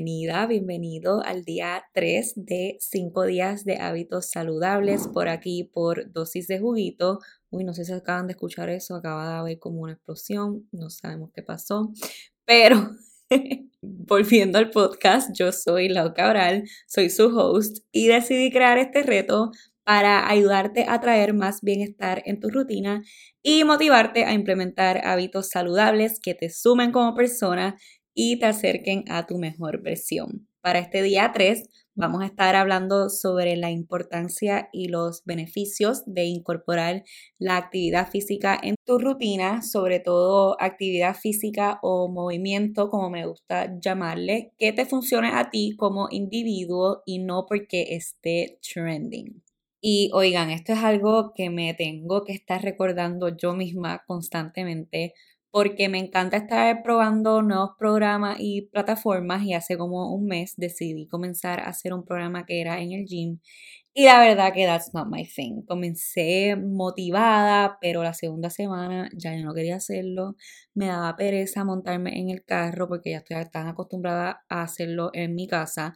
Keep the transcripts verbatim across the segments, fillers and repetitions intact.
bienvenida, bienvenido al día tres de cinco días de hábitos saludables por aquí por Dosis de Juguito. Uy, no sé si acaban de escuchar eso, acaba de haber como una explosión, no sabemos qué pasó, pero volviendo al podcast, yo soy Lau Cabral, soy su host y decidí crear este reto para ayudarte a traer más bienestar en tu rutina y motivarte a implementar hábitos saludables que te sumen como persona y te acerquen a tu mejor versión. Para este día tres vamos a estar hablando sobre la importancia y los beneficios de incorporar la actividad física en tu rutina, sobre todo actividad física o movimiento, como me gusta llamarle, que te funcione a ti como individuo y no porque esté trending. Y oigan, esto es algo que me tengo que estar recordando yo misma constantemente porque me encanta estar probando nuevos programas y plataformas y hace como un mes decidí comenzar a hacer un programa que era en el gym y la verdad que that's not my thing. Comencé motivada, pero la segunda semana ya yo no quería hacerlo. Me daba pereza montarme en el carro porque ya estoy tan acostumbrada a hacerlo en mi casa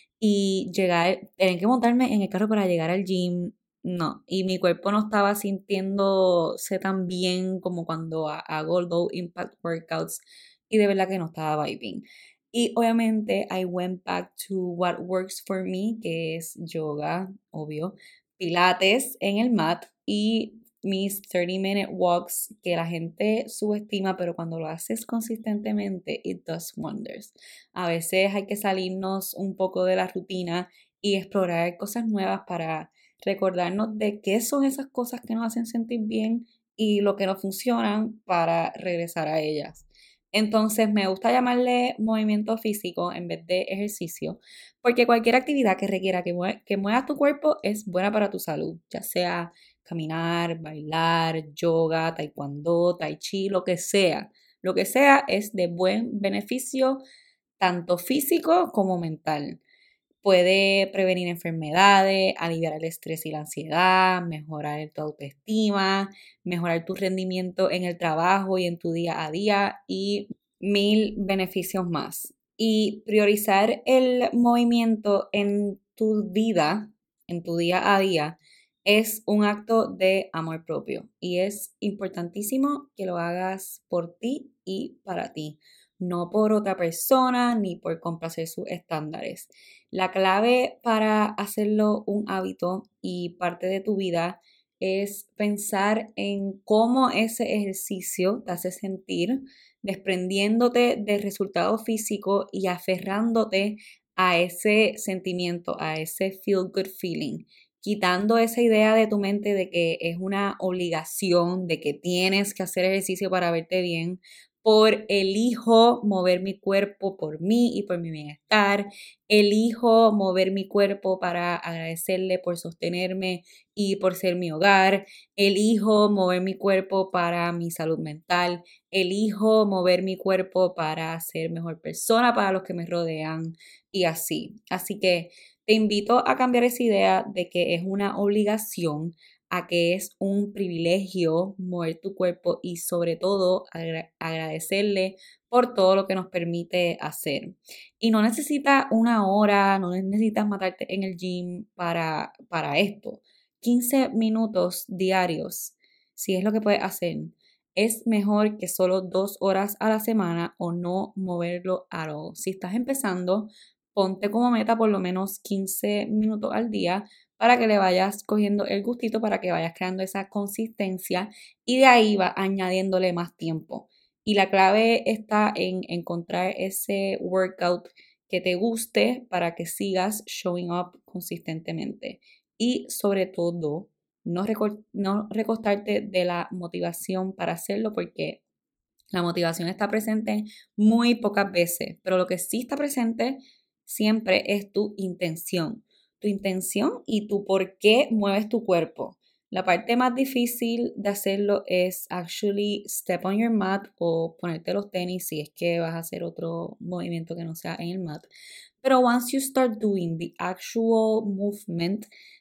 y llegar, tener que montarme en el carro para llegar al gym, no, y mi cuerpo no estaba sintiéndose tan bien como cuando hago low impact workouts y de verdad que no estaba vibing. Y obviamente I went back to what works for me, que es yoga, obvio, pilates en el mat y mis thirty minute walks que la gente subestima, pero cuando lo haces consistentemente, it does wonders. A veces hay que salirnos un poco de la rutina y explorar cosas nuevas para recordarnos de qué son esas cosas que nos hacen sentir bien y lo que no funcionan para regresar a ellas. Entonces me gusta llamarle movimiento físico en vez de ejercicio, porque cualquier actividad que requiera que, mue que muevas tu cuerpo es buena para tu salud, ya sea caminar, bailar, yoga, taekwondo, tai chi, lo que sea. Lo que sea es de buen beneficio, tanto físico como mental. Puede prevenir enfermedades, aliviar el estrés y la ansiedad, mejorar tu autoestima, mejorar tu rendimiento en el trabajo y en tu día a día y mil beneficios más. Y priorizar el movimiento en tu vida, en tu día a día, es un acto de amor propio y es importantísimo que lo hagas por ti y para ti, no por otra persona ni por complacer sus estándares. La clave para hacerlo un hábito y parte de tu vida es pensar en cómo ese ejercicio te hace sentir, desprendiéndote del resultado físico y aferrándote a ese sentimiento, a ese feel good feeling, quitando esa idea de tu mente de que es una obligación, de que tienes que hacer ejercicio para verte bien, por elijo mover mi cuerpo por mí y por mi bienestar, elijo mover mi cuerpo para agradecerle por sostenerme y por ser mi hogar, elijo mover mi cuerpo para mi salud mental, elijo mover mi cuerpo para ser mejor persona para los que me rodean y así. Así que te invito a cambiar esa idea de que es una obligación a que es un privilegio mover tu cuerpo y sobre todo agra- agradecerle por todo lo que nos permite hacer. Y no necesitas una hora, no necesitas matarte en el gym para, para esto. quince minutos diarios, si es lo que puedes hacer, es mejor que solo dos horas a la semana o no moverlo a all. Si estás empezando, ponte como meta por lo menos quince minutos al día para que le vayas cogiendo el gustito, para que vayas creando esa consistencia y de ahí va añadiéndole más tiempo. Y la clave está en encontrar ese workout que te guste para que sigas showing up consistentemente. Y sobre todo, no, recor- no recostarte de la motivación para hacerlo porque la motivación está presente muy pocas veces, pero lo que sí está presente siempre es tu intención. Tu intención y tu por qué mueves tu cuerpo. La parte más difícil de hacerlo es actually step on your mat o ponerte los tenis si es que vas a hacer otro movimiento que no sea en el mat. Pero once you start doing the actual movement,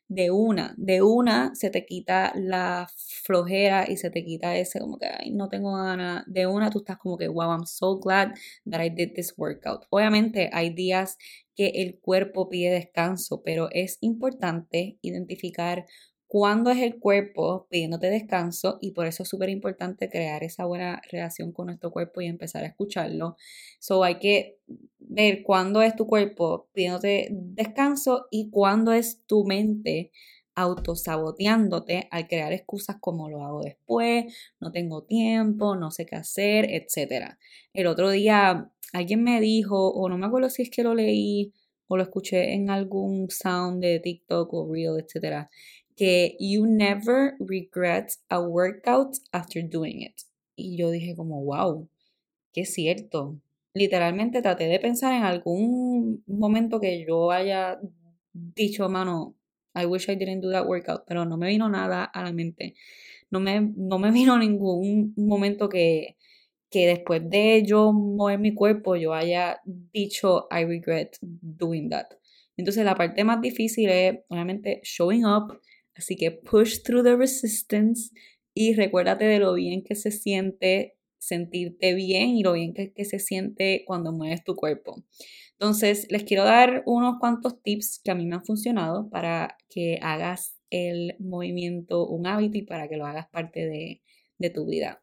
de una, de una se te quita la flojera y se te quita ese como que, ay, no tengo ganas. De una tú estás como que, wow, I'm so glad that I did this workout. Obviamente hay días que el cuerpo pide descanso, pero es importante identificar cuándo es el cuerpo pidiéndote descanso y por eso es súper importante crear esa buena relación con nuestro cuerpo y empezar a escucharlo. So hay que ver cuándo es tu cuerpo pidiéndote descanso y cuándo es tu mente autosaboteándote al crear excusas como lo hago después, no tengo tiempo, no sé qué hacer, etcétera. El otro día alguien me dijo, o no me acuerdo si es que lo leí o lo escuché en algún sound de TikTok o Reel, etcétera, que you never regret a workout after doing it. Y yo dije como, wow, qué cierto. Literalmente traté de pensar en algún momento que yo haya dicho, mano, I wish I didn't do that workout, pero no me vino nada a la mente. No me, no me vino ningún momento que, que después de yo mover mi cuerpo yo haya dicho, I regret doing that. Entonces la parte más difícil es, obviamente, showing up. Así que push through the resistance y recuérdate de lo bien que se siente sentirte bien y lo bien que, que se siente cuando mueves tu cuerpo. Entonces, les quiero dar unos cuantos tips que a mí me han funcionado para que hagas el movimiento un hábito y para que lo hagas parte de, de tu vida.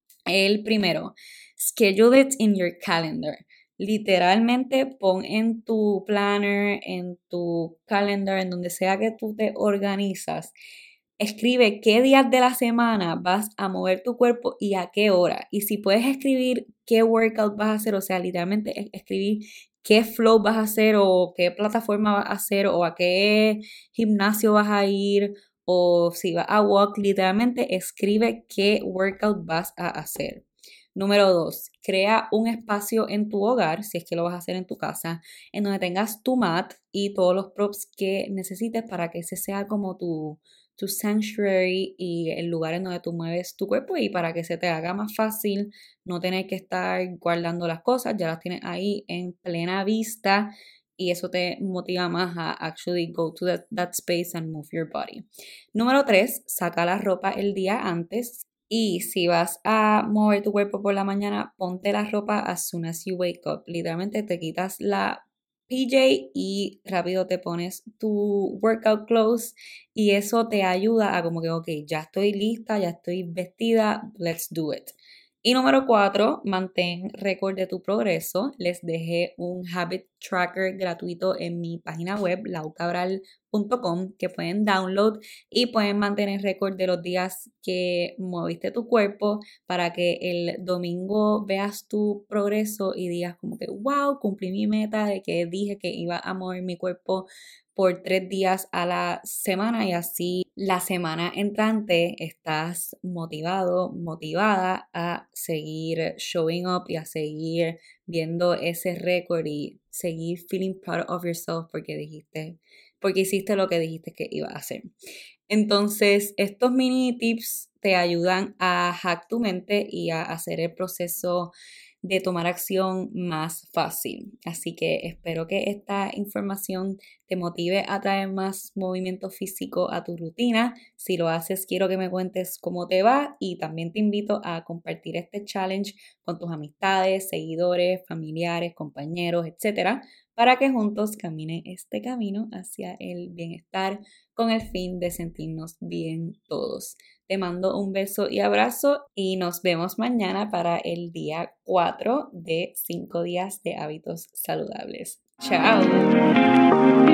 El primero, schedule it in your calendar. Literalmente pon en tu planner, en tu calendar, en donde sea que tú te organizas. Escribe qué días de la semana vas a mover tu cuerpo y a qué hora. Y si puedes escribir qué workout vas a hacer, o sea, literalmente escribir qué flow vas a hacer o qué plataforma vas a hacer o a qué gimnasio vas a ir o si vas a walk, literalmente escribe qué workout vas a hacer. Número dos, crea un espacio en tu hogar, si es que lo vas a hacer en tu casa, en donde tengas tu mat y todos los props que necesites para que ese sea como tu, tu sanctuary y el lugar en donde tú mueves tu cuerpo y para que se te haga más fácil no tener que estar guardando las cosas, ya las tienes ahí en plena vista y eso te motiva más a actually go to that, that space and move your body. Número tres, saca la ropa el día antes. Y si vas a mover tu cuerpo por la mañana, ponte la ropa as soon as you wake up. Literalmente te quitas la P J y rápido te pones tu workout clothes y eso te ayuda a como que, ok, ya estoy lista, ya estoy vestida, let's do it. Y número cuatro, mantén récord de tu progreso. Les dejé un habit tracker gratuito en mi página web, lau cabral punto com, que pueden download y pueden mantener récord de los días que moviste tu cuerpo para que el domingo veas tu progreso y digas como que, wow, cumplí mi meta de que dije que iba a mover mi cuerpo por tres días a la semana y así la semana entrante estás motivado, motivada a seguir showing up y a seguir viendo ese récord y seguir feeling proud of yourself porque dijiste, porque hiciste lo que dijiste que ibas a hacer. Entonces, estos mini tips te ayudan a hack tu mente y a hacer el proceso de tomar acción más fácil. Así que espero que esta información te motive a traer más movimiento físico a tu rutina. Si lo haces, quiero que me cuentes cómo te va y también te invito a compartir este challenge con tus amistades, seguidores, familiares, compañeros, etcétera, para que juntos caminen este camino hacia el bienestar con el fin de sentirnos bien todos. Te mando un beso y abrazo y nos vemos mañana para el día cuatro de cinco días de hábitos saludables. ¡Chao!